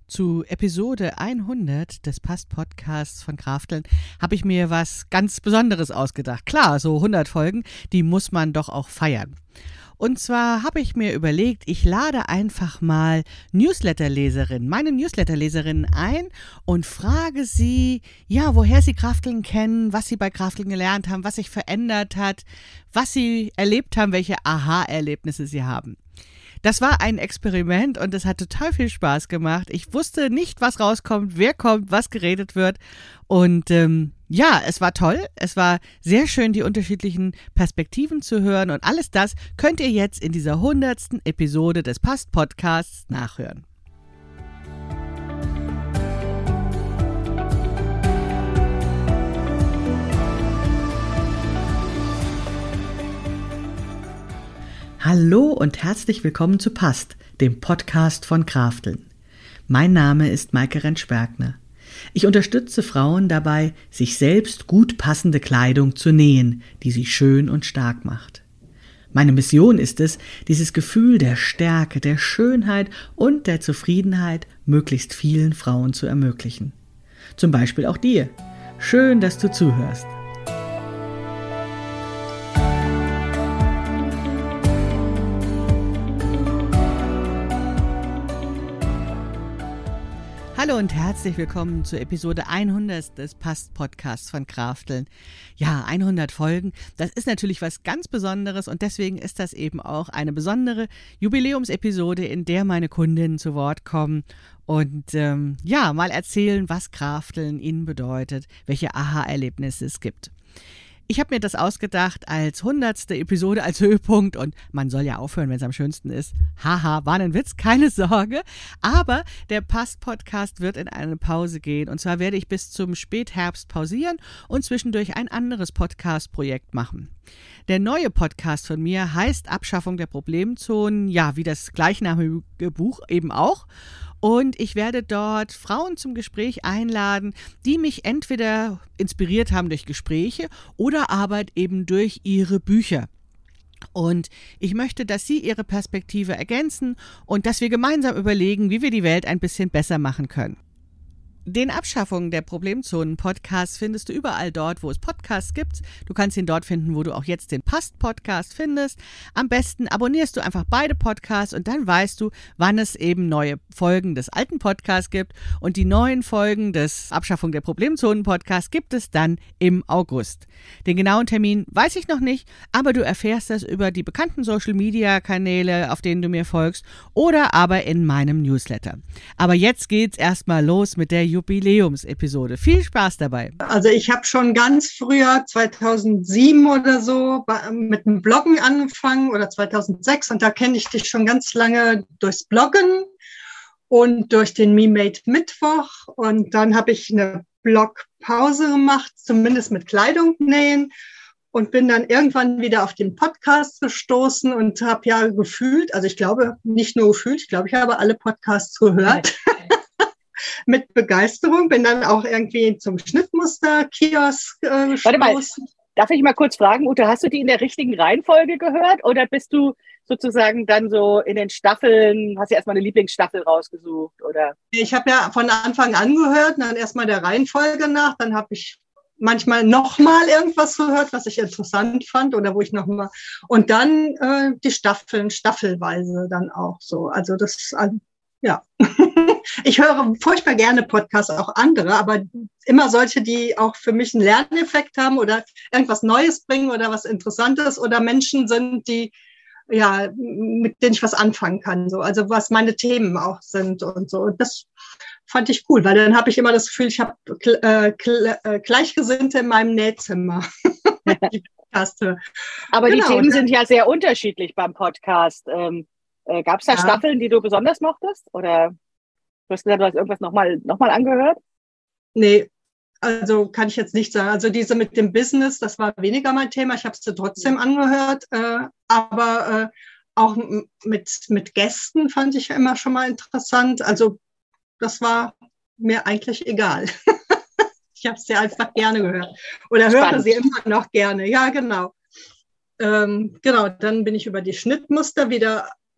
Zu Episode 100 des Past-Podcasts von Krafteln habe ich mir was ganz Besonderes ausgedacht. Klar, so 100 Folgen, die muss man doch auch feiern. Und zwar habe ich mir überlegt, ich lade einfach mal meine Newsletterleserinnen ein und frage sie, ja, woher sie Krafteln kennen, was sie bei Krafteln gelernt haben, was sich verändert hat, was sie erlebt haben, welche Aha-Erlebnisse sie haben. Das war ein Experiment und es hat total viel Spaß gemacht. Ich wusste nicht, was rauskommt, wer kommt, was geredet wird. Und ja, es war toll. Es war sehr schön, die unterschiedlichen Perspektiven zu hören. Und alles das könnt ihr jetzt in dieser 100. Episode des Past-Podcasts nachhören. Hallo und herzlich willkommen zu Past, dem Podcast von Krafteln. Mein Name ist Maike Rentsch-Bergner. Ich unterstütze Frauen dabei, sich selbst gut passende Kleidung zu nähen, die sie schön und stark macht. Meine Mission ist es, dieses Gefühl der Stärke, der Schönheit und der Zufriedenheit möglichst vielen Frauen zu ermöglichen. Zum Beispiel auch dir. Schön, dass du zuhörst. Hallo und herzlich willkommen zur Episode 100 des Past-Podcasts von Krafteln. Ja, 100 Folgen, das ist natürlich was ganz Besonderes und deswegen ist das eben auch eine besondere Jubiläumsepisode, in der meine Kundinnen zu Wort kommen und ja, mal erzählen, was Krafteln ihnen bedeutet, welche Aha-Erlebnisse es gibt. Ich habe mir das ausgedacht als 100. Episode, als Höhepunkt und man soll ja aufhören, wenn es am schönsten ist. Haha, war ein Witz, keine Sorge. Aber der Past-Podcast wird in eine Pause gehen und zwar werde ich bis zum Spätherbst pausieren und zwischendurch ein anderes Podcast-Projekt machen. Der neue Podcast von mir heißt Abschaffung der Problemzonen, ja, wie das gleichnamige Buch eben auch. Und ich werde dort Frauen zum Gespräch einladen, die mich entweder inspiriert haben durch Gespräche oder aber eben durch ihre Bücher. Und ich möchte, dass sie ihre Perspektive ergänzen und dass wir gemeinsam überlegen, wie wir die Welt ein bisschen besser machen können. Den Abschaffung der Problemzonen-Podcast findest du überall dort, wo es Podcasts gibt. Du kannst ihn dort finden, wo du auch jetzt den Past-Podcast findest. Am besten abonnierst du einfach beide Podcasts und dann weißt du, wann es eben neue Folgen des alten Podcasts gibt. Und die neuen Folgen des Abschaffung der Problemzonen-Podcasts gibt es dann im August. Den genauen Termin weiß ich noch nicht, aber du erfährst das über die bekannten Social-Media-Kanäle, auf denen du mir folgst, oder aber in meinem Newsletter. Aber jetzt geht's erstmal los mit der Jubiläumsepisode. Viel Spaß dabei. Also ich habe schon ganz früher, 2007 oder so, mit dem Bloggen angefangen oder 2006 und da kenne ich dich schon ganz lange durchs Bloggen und durch den Me-Made Mittwoch und dann habe ich eine Blogpause gemacht, zumindest mit Kleidung nähen und bin dann irgendwann wieder auf den Podcast gestoßen und habe ja gefühlt, also ich glaube nicht nur gefühlt, ich glaube, ich habe alle Podcasts gehört. Mit Begeisterung, bin dann auch irgendwie zum Schnittmuster-Kiosk gestoßen. Warte mal, darf ich mal kurz fragen, Ute, hast du die in der richtigen Reihenfolge gehört oder bist du sozusagen dann so in den Staffeln, hast du erstmal eine Lieblingsstaffel rausgesucht? Oder? Ich habe ja von Anfang an gehört, dann erstmal der Reihenfolge nach, dann habe ich manchmal nochmal irgendwas gehört, was ich interessant fand oder wo ich nochmal und dann die Staffeln, staffelweise dann auch so. Also das, ja. Ich höre furchtbar gerne Podcasts, auch andere, aber immer solche, die auch für mich einen Lerneffekt haben oder irgendwas Neues bringen oder was Interessantes oder Menschen sind, die, ja, mit denen ich was anfangen kann, so. Also was meine Themen auch sind und so. Und das fand ich cool, weil dann habe ich immer das Gefühl, ich habe Gleichgesinnte in meinem Nähzimmer. Die Podcaste. Aber genau, die Themen sind ja sehr unterschiedlich beim Podcast. Gab es da Staffeln, die du besonders mochtest? Oder du hast gesagt, du hast irgendwas nochmal angehört? Nee, also kann ich jetzt nicht sagen. Also diese mit dem Business, das war weniger mein Thema. Ich habe es trotzdem angehört. Aber auch mit Gästen fand ich immer schon mal interessant. Also das war mir eigentlich egal. Ich habe sie einfach gerne gehört. Oder höre sie immer noch gerne. Ja, genau. Genau, dann bin ich über die Schnittmuster wieder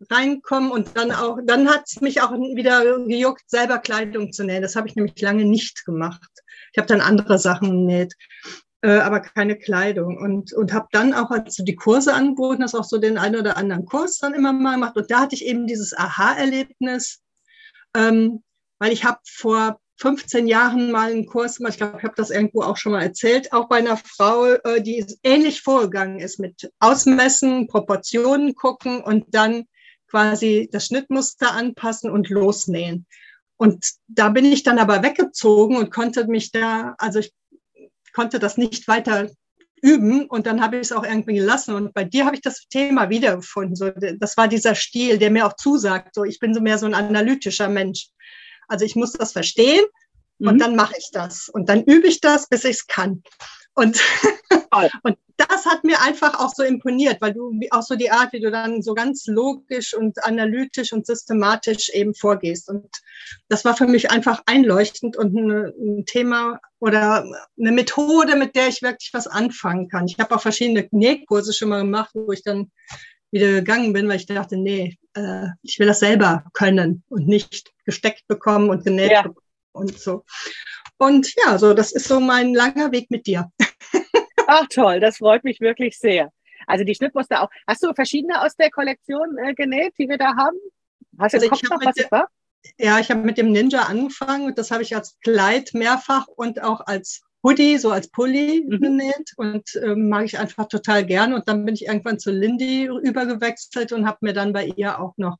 reinkommen und dann hat es mich auch wieder gejuckt, selber Kleidung zu nähen. Das habe ich nämlich lange nicht gemacht. Ich habe dann andere Sachen genäht, aber keine Kleidung. Und habe dann auch, als du die Kurse angeboten hast, auch so den einen oder anderen Kurs dann immer mal gemacht. Und da hatte ich eben dieses Aha-Erlebnis, weil ich habe vor 15 Jahren mal einen Kurs gemacht, ich glaube, ich habe das irgendwo auch schon mal erzählt, auch bei einer Frau, die ähnlich vorgegangen ist mit Ausmessen, Proportionen gucken und dann quasi das Schnittmuster anpassen und losnähen. Und da bin ich dann aber weggezogen und konnte ich konnte das nicht weiter üben und dann habe ich es auch irgendwie gelassen. Und bei dir habe ich das Thema wiedergefunden. So, das war dieser Stil, der mir auch zusagt. So, ich bin so mehr so ein analytischer Mensch. Also ich muss das verstehen und dann mache ich das. Und dann übe ich das, bis ich es kann. Und das hat mir einfach auch so imponiert, weil du auch so die Art, wie du dann so ganz logisch und analytisch und systematisch eben vorgehst. Und das war für mich einfach einleuchtend und ein Thema oder eine Methode, mit der ich wirklich was anfangen kann. Ich habe auch verschiedene Nähkurse schon mal gemacht, wo ich dann wieder gegangen bin, weil ich dachte, nee, ich will das selber können und nicht gesteckt bekommen und genäht bekommen und so. Und ja, so das ist so mein langer Weg mit dir. Ach toll, das freut mich wirklich sehr. Also die Schnittmuster auch. Hast du verschiedene aus der Kollektion genäht, die wir da haben? Hast du im Kopf noch, was es war? Ja, ich habe mit dem Ninja angefangen und das habe ich als Kleid mehrfach und auch als Hoodie, so als Pulli genäht und mag ich einfach total gerne. Und dann bin ich irgendwann zu Lindy übergewechselt und habe mir dann bei ihr auch noch,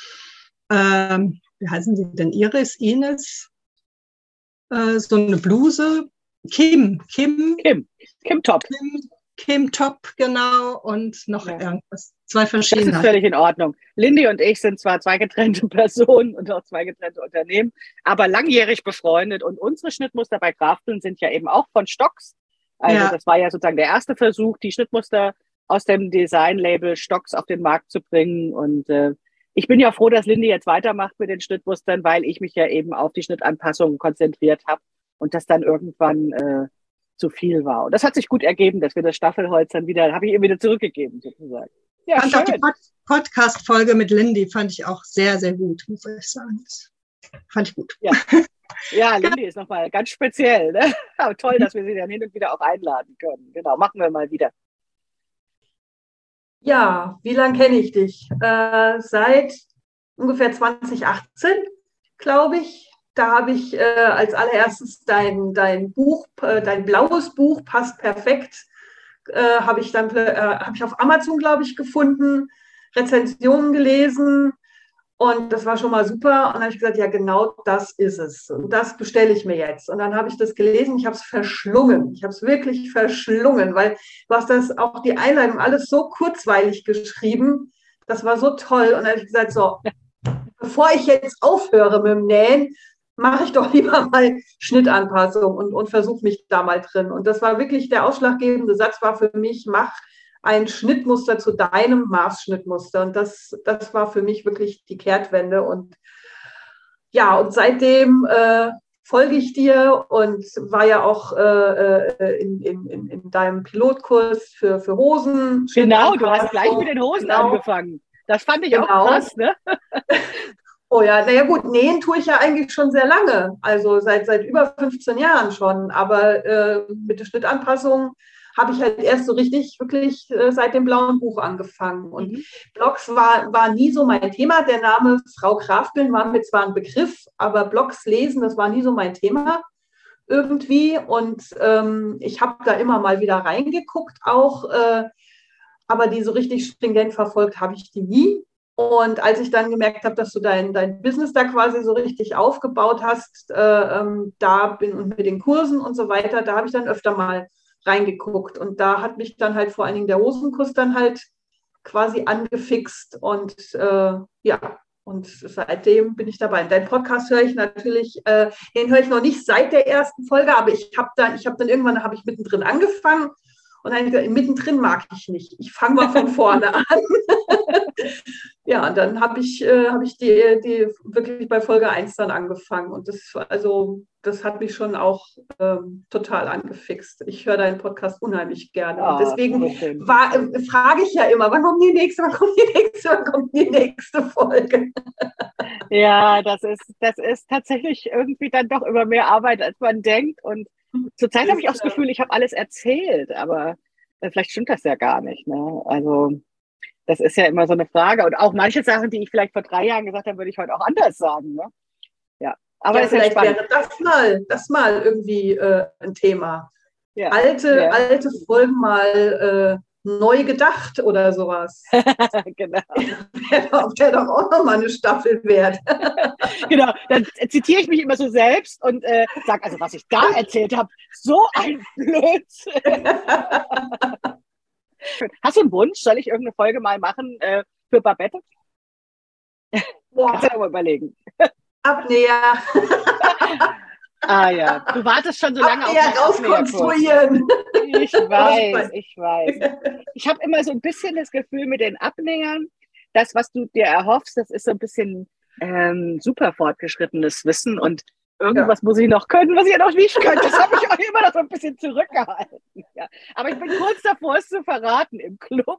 wie heißen sie denn, Ines, so eine Bluse, Kim Top. Kim Top, genau, und noch irgendwas. 2 verschiedene. Das ist völlig in Ordnung. Lindy und ich sind zwar 2 getrennte Personen und auch 2 getrennte Unternehmen, aber langjährig befreundet. Und unsere Schnittmuster bei Krafteln sind ja eben auch von Stocks. Also das war ja sozusagen der erste Versuch, die Schnittmuster aus dem Design-Label Stocks auf den Markt zu bringen. Und ich bin ja froh, dass Lindy jetzt weitermacht mit den Schnittmustern, weil ich mich ja eben auf die Schnittanpassungen konzentriert habe und das dann irgendwann zu viel war. Und das hat sich gut ergeben, dass wir das Staffelholz dann habe ich ihr wieder zurückgegeben, sozusagen. Ja, fand auch die Podcast-Folge mit Lindy fand ich auch sehr, sehr gut, muss ich sagen. Das fand ich gut. Ja, Lindy ist nochmal ganz speziell. Ne? Aber toll, dass wir sie dann hin und wieder auch einladen können. Genau, machen wir mal wieder. Ja, wie lange kenne ich dich? Seit ungefähr 2018, glaube ich. Da habe ich als allererstes dein Buch, dein blaues Buch, passt perfekt, habe ich auf Amazon, glaube ich, gefunden, Rezensionen gelesen und das war schon mal super. Und dann habe ich gesagt, ja, genau das ist es. Und das bestelle ich mir jetzt. Und dann habe ich das gelesen, ich habe es verschlungen. Ich habe es wirklich verschlungen, weil du hast das auch die Einleitung alles so kurzweilig geschrieben. Das war so toll. Und dann habe ich gesagt, so, bevor ich jetzt aufhöre mit dem Nähen, mache ich doch lieber mal Schnittanpassung und versuche mich da mal drin. Und das war wirklich der ausschlaggebende Satz war für mich, mach ein Schnittmuster zu deinem Maßschnittmuster. Und das war für mich wirklich die Kehrtwende. Und ja, und seitdem folge ich dir und war ja auch in deinem Pilotkurs für Hosen. Genau, du hast gleich mit den Hosen angefangen. Das fand ich auch krass, ne? Oh ja, naja gut, nähen tue ich ja eigentlich schon sehr lange, also seit über 15 Jahren schon, aber mit der Schnittanpassung habe ich halt erst so richtig, wirklich seit dem blauen Buch angefangen. Und Blogs war nie so mein Thema. Der Name Frau Krafteln war mir zwar ein Begriff, aber Blogs lesen, das war nie so mein Thema irgendwie. Und ich habe da immer mal wieder reingeguckt auch, aber die so richtig stringent verfolgt habe ich die nie. Und als ich dann gemerkt habe, dass du dein Business da quasi so richtig aufgebaut hast, da bin und mit den Kursen und so weiter, da habe ich dann öfter mal reingeguckt. Und da hat mich dann halt vor allen Dingen der Hosenkurs dann halt quasi angefixt. Und und seitdem bin ich dabei. Dein Podcast höre ich natürlich, den höre ich noch nicht seit der ersten Folge, aber ich habe dann irgendwann mittendrin angefangen. Und dann mittendrin mag ich nicht. Ich fange mal von vorne an. Ja, und dann habe ich die wirklich bei Folge 1 dann angefangen. Und das hat mich schon auch total angefixt. Ich höre deinen Podcast unheimlich gerne. Und deswegen frage ich ja immer, wann kommt die nächste, wann kommt die nächste Folge? Ja, das ist tatsächlich irgendwie dann doch immer mehr Arbeit, als man denkt. Und zurzeit habe ich auch das Gefühl, ich habe alles erzählt, aber vielleicht stimmt das ja gar nicht. Ne? Also das ist ja immer so eine Frage. Und auch manche Sachen, die ich vielleicht vor 3 Jahren gesagt habe, würde ich heute auch anders sagen. Ne? Ja, aber ja, ist vielleicht wäre das mal irgendwie ein Thema. Ja. Alte Folgen mal neu gedacht oder sowas. Genau. Wäre doch auch nochmal eine Staffel wert. Genau, dann zitiere ich mich immer so selbst und sage, also was ich da erzählt habe, so ein Blödsinn. Hast du einen Wunsch? Soll ich irgendeine Folge mal machen für Babette? Kannst du dir mal überlegen. Abnäher. Ah ja, du wartest schon so lange auf den rauskonstruieren. Ich weiß. Ich habe immer so ein bisschen das Gefühl mit den Abnähern, das, was du dir erhoffst, das ist so ein bisschen super fortgeschrittenes Wissen und irgendwas muss ich noch können, was ich ja noch nicht kann. Das habe ich auch immer noch so ein bisschen zurückgehalten. Ja. Aber ich bin kurz davor, es zu verraten im Club.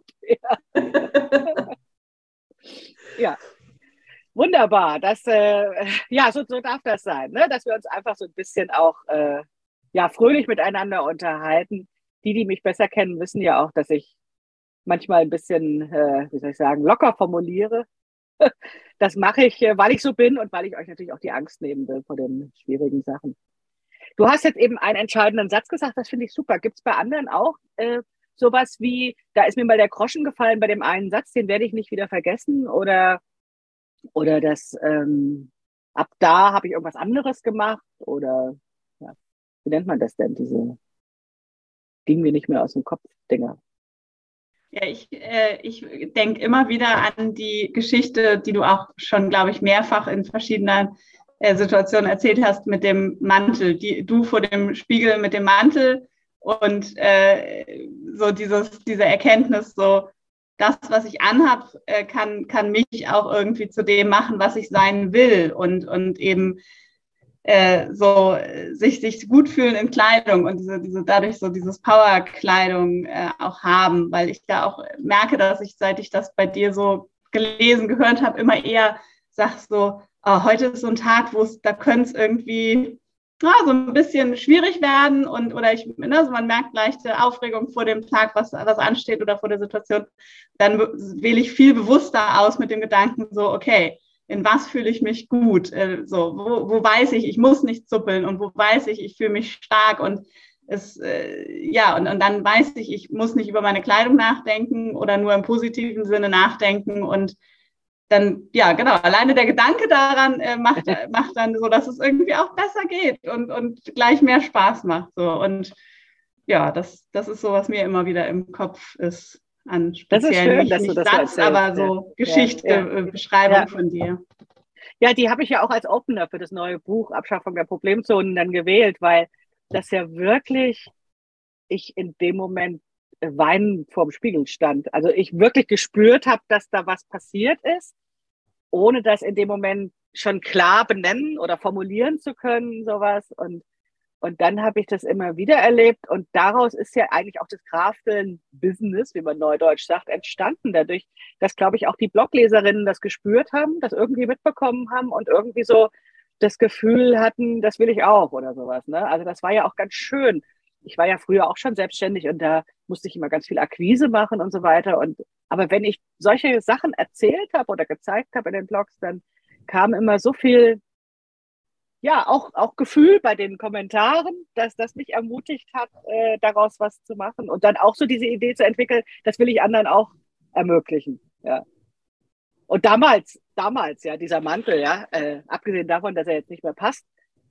Ja. Wunderbar, so darf das sein, ne? Dass wir uns einfach so ein bisschen auch fröhlich miteinander unterhalten. Die mich besser kennen, wissen ja auch, dass ich manchmal ein bisschen, locker formuliere. Das mache ich, weil ich so bin und weil ich euch natürlich auch die Angst nehmen will vor den schwierigen Sachen. Du hast jetzt eben einen entscheidenden Satz gesagt, das finde ich super. Gibt es bei anderen auch sowas wie, da ist mir mal der Groschen gefallen bei dem einen Satz, den werde ich nicht wieder vergessen oder das, ab da habe ich irgendwas anderes gemacht oder wie nennt man das denn, diese gingen mir nicht mehr aus dem Kopf, Dinger. Ja, ich denke immer wieder an die Geschichte, die du auch schon, glaube ich, mehrfach in verschiedenen Situationen erzählt hast mit dem Mantel. Du vor dem Spiegel mit dem Mantel und so diese Erkenntnis, so das, was ich anhab, kann mich auch irgendwie zu dem machen, was ich sein will und eben sich gut fühlen in Kleidung und dadurch so dieses Power-Kleidung auch haben, weil ich da auch merke, dass ich, seit ich das bei dir so gelesen, gehört habe, immer eher sag so, heute ist so ein Tag, da könnte es irgendwie so ein bisschen schwierig werden also man merkt leichte Aufregung vor dem Tag, was ansteht oder vor der Situation, dann wähle ich viel bewusster aus mit dem Gedanken so, okay, in was fühle ich mich gut? Wo weiß ich muss nicht zuppeln und wo weiß ich fühle mich stark und und dann weiß ich muss nicht über meine Kleidung nachdenken oder nur im positiven Sinne nachdenken und dann, ja, genau, alleine der Gedanke daran macht dann so, dass es irgendwie auch besser geht und gleich mehr Spaß macht. So. Und ja, das ist so, was mir immer wieder im Kopf ist. An speziellen, nicht Satz, aber so Geschichte, Beschreibung von dir. Ja, die habe ich ja auch als Opener für das neue Buch Abschaffung der Problemzonen dann gewählt, weil das ja wirklich ich in dem Moment weinend vorm Spiegel stand. Also ich wirklich gespürt habe, dass da was passiert ist, ohne das in dem Moment schon klar benennen oder formulieren zu können, sowas. Und dann habe ich das immer wieder erlebt und daraus ist ja eigentlich auch das Krafteln-Business, wie man neudeutsch sagt, entstanden. Dadurch, dass, glaube ich, auch die Blogleserinnen das gespürt haben, das irgendwie mitbekommen haben und irgendwie so das Gefühl hatten, das will ich auch oder sowas. Ne? Also das war ja auch ganz schön. Ich war ja früher auch schon selbstständig und da musste ich immer ganz viel Akquise machen und so weiter. Aber wenn ich solche Sachen erzählt habe oder gezeigt habe in den Blogs, dann kam immer so viel auch Gefühl bei den Kommentaren, dass das mich ermutigt hat, daraus was zu machen und dann auch so diese Idee zu entwickeln, das will ich anderen auch ermöglichen. Ja. Und damals, ja, dieser Mantel, ja, abgesehen davon, dass er jetzt nicht mehr passt,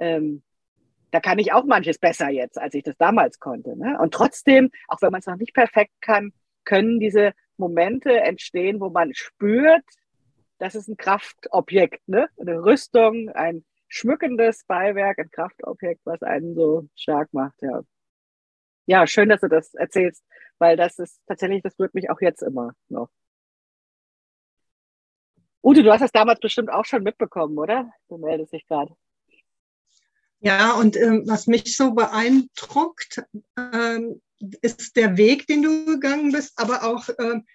da kann ich auch manches besser jetzt, als ich das damals konnte. Ne? Und trotzdem, auch wenn man es noch nicht perfekt kann, können diese Momente entstehen, wo man spürt, das ist ein Kraftobjekt, ne? Eine Rüstung, ein schmückendes Beiwerk, ein Kraftobjekt, was einen so stark macht, ja. Ja, schön, dass du das erzählst, weil das rührt mich auch jetzt immer noch. Ute, du hast das damals bestimmt auch schon mitbekommen, oder? Du meldest dich gerade. Ja, und was mich so beeindruckt, ist der Weg, den du gegangen bist, aber auch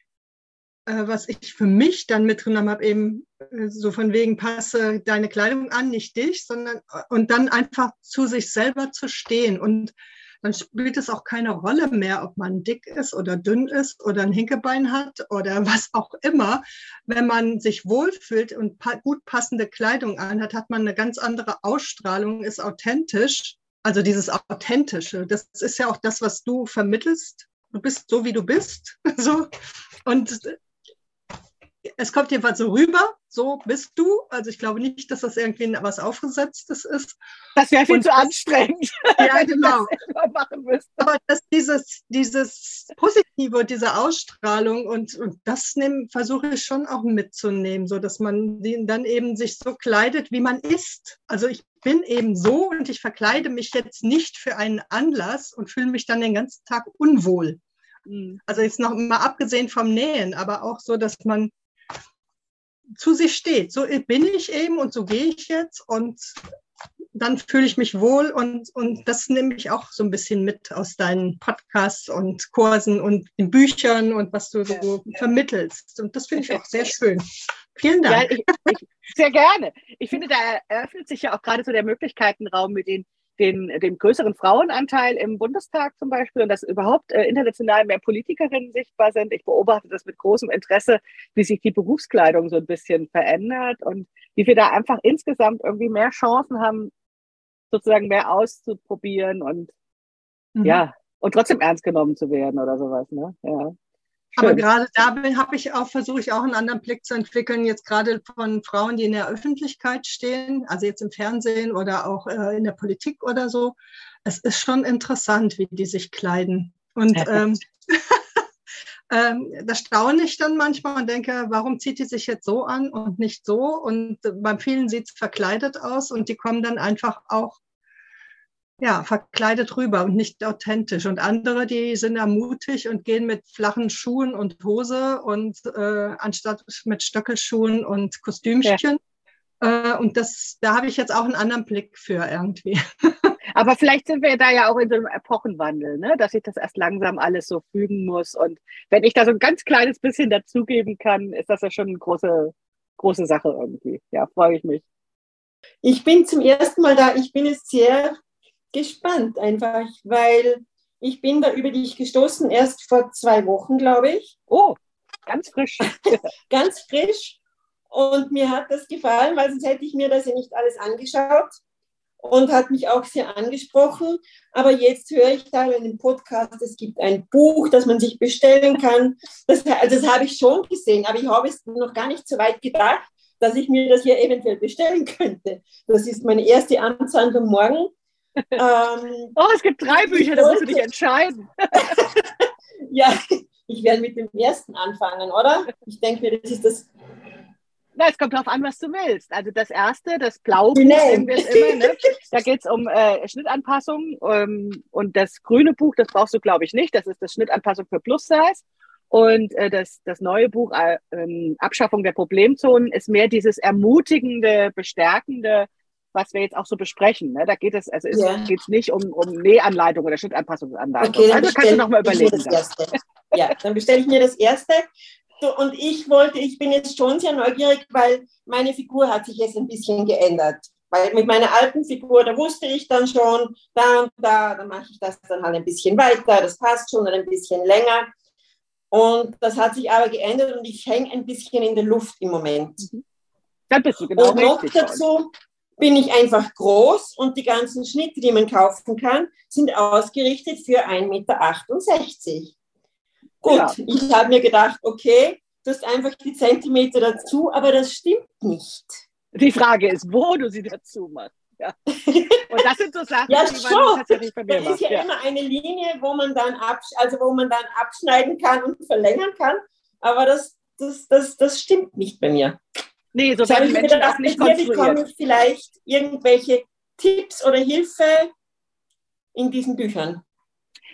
was ich für mich dann mitgenommen habe, eben so von wegen, passe deine Kleidung an, nicht dich, sondern und dann einfach zu sich selber zu stehen. Und dann spielt es auch keine Rolle mehr, ob man dick ist oder dünn ist oder ein Hinkebein hat oder was auch immer. Wenn man sich wohlfühlt und gut passende Kleidung anhat, hat man eine ganz andere Ausstrahlung, ist authentisch. Also dieses Authentische, das ist ja auch das, was du vermittelst. Du bist so, wie du bist. So. Und es kommt jedenfalls so rüber, so bist du. Also ich glaube nicht, dass das irgendwie was Aufgesetztes ist. Das wäre viel zu anstrengend, ja, genau. Das machen müsste. Aber dass dieses Positive und diese Ausstrahlung und das versuche ich schon auch mitzunehmen, so dass man dann eben sich so kleidet, wie man ist. Also ich bin eben so und ich verkleide mich jetzt nicht für einen Anlass und fühle mich dann den ganzen Tag unwohl. Also jetzt noch mal abgesehen vom Nähen, aber auch so, dass man zu sich steht. So bin ich eben und so gehe ich jetzt und dann fühle ich mich wohl und das nehme ich auch so ein bisschen mit aus deinen Podcasts und Kursen und den Büchern und was du so vermittelst. Und das finde ich auch sehr schön. Vielen Dank. Ja, ich sehr gerne. Ich finde, da eröffnet sich ja auch gerade so der Möglichkeitenraum mit dem größeren Frauenanteil im Bundestag zum Beispiel und dass überhaupt international mehr Politikerinnen sichtbar sind. Ich beobachte das mit großem Interesse, wie sich die Berufskleidung so ein bisschen verändert und wie wir da einfach insgesamt irgendwie mehr Chancen haben, sozusagen mehr auszuprobieren und ja, und trotzdem ernst genommen zu werden oder sowas. Ne? Ja. Aber gerade da versuche ich auch einen anderen Blick zu entwickeln, jetzt gerade von Frauen, die in der Öffentlichkeit stehen, also jetzt im Fernsehen oder auch in der Politik oder so. Es ist schon interessant, wie die sich kleiden. Und da staune ich dann manchmal und denke, warum zieht die sich jetzt so an und nicht so? Und bei vielen sieht es verkleidet aus und die kommen dann einfach auch verkleidet rüber und nicht authentisch. Und andere, die sind da mutig und gehen mit flachen Schuhen und Hose und anstatt mit Stöckelschuhen und Kostümchen. Und da habe ich jetzt auch einen anderen Blick für irgendwie. Aber vielleicht sind wir da ja auch in so einem Epochenwandel, ne? Dass sich das erst langsam alles so fügen muss. Und wenn ich da so ein ganz kleines bisschen dazugeben kann, ist das ja schon eine große, große Sache irgendwie. Ja, freue ich mich. Ich bin zum ersten Mal da. Ich bin jetzt sehr gespannt einfach, weil ich bin da über dich gestoßen, erst vor 2 Wochen, glaube ich. Oh, ganz frisch. Ganz frisch. Und mir hat das gefallen, weil sonst hätte ich mir das ja nicht alles angeschaut und hat mich auch sehr angesprochen. Aber jetzt höre ich da in dem Podcast, es gibt ein Buch, das man sich bestellen kann. Das habe ich schon gesehen, aber ich habe es noch gar nicht so weit gedacht, dass ich mir das hier eventuell bestellen könnte. Das ist meine erste Amtshandlung morgen. Es gibt 3 Bücher, da musst du dich entscheiden. Ja, ich werde mit dem ersten anfangen, oder? Ich denke, das ist das. Na, es kommt darauf an, was du willst. Also das erste, das Blaue, nennen wir es immer, ne? Da geht es um Schnittanpassung und das grüne Buch, das brauchst du, glaube ich, nicht. Das ist das Schnittanpassung für Plus-Size. Und das neue Buch Abschaffung der Problemzonen ist mehr dieses ermutigende, bestärkende, was wir jetzt auch so besprechen. Ne? Da geht es nicht um Nähanleitung oder Schnittanpassungsanleitung. Okay, also kannst du nochmal überlegen. Ja, dann bestelle ich mir das erste. So, und ich bin jetzt schon sehr neugierig, weil meine Figur hat sich jetzt ein bisschen geändert. Weil mit meiner alten Figur, da wusste ich dann schon, da und da, dann mache ich das dann halt ein bisschen weiter, das passt schon ein bisschen länger. Und das hat sich aber geändert und ich hänge ein bisschen in der Luft im Moment. Da bist du genau und noch richtig. Dazu bin ich einfach groß und die ganzen Schnitte, die man kaufen kann, sind ausgerichtet für 1,68 Meter. Gut, ja. Ich habe mir gedacht, okay, du hast einfach die Zentimeter dazu, aber das stimmt nicht. Die Frage ist, wo du sie dazu machst. Ja. Und das sind so Sachen, ja, die man tatsächlich bei mir macht. Das ist ja immer eine Linie, wo man dann abschneiden kann und verlängern kann, aber das stimmt nicht bei mir. Nee, so werden Menschen auch nicht konstruiert. Bekomme ich vielleicht irgendwelche Tipps oder Hilfe in diesen Büchern?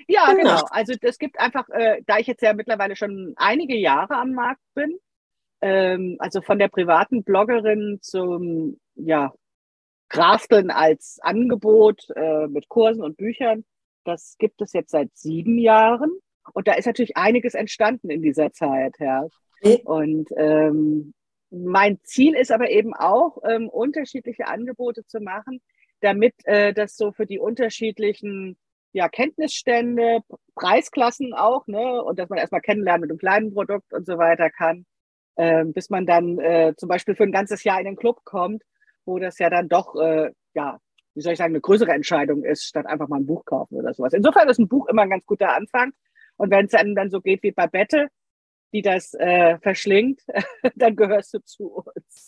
Ja, genau. Also es gibt einfach, da ich jetzt ja mittlerweile schon einige Jahre am Markt bin, also von der privaten Bloggerin zum Grafteln als Angebot mit Kursen und Büchern, das gibt es jetzt seit 7 Jahren. Und da ist natürlich einiges entstanden in dieser Zeit, ja. Und mein Ziel ist aber eben auch, unterschiedliche Angebote zu machen, damit das so für die unterschiedlichen Kenntnisstände, Preisklassen auch, ne, und dass man erstmal kennenlernen mit einem kleinen Produkt und so weiter kann, bis man dann zum Beispiel für ein ganzes Jahr in den Club kommt, wo das ja dann doch, wie soll ich sagen, eine größere Entscheidung ist, statt einfach mal ein Buch kaufen oder sowas. Insofern ist ein Buch immer ein ganz guter Anfang. Und wenn es dann so geht wie bei Bette, die das verschlingt, dann gehörst du zu uns.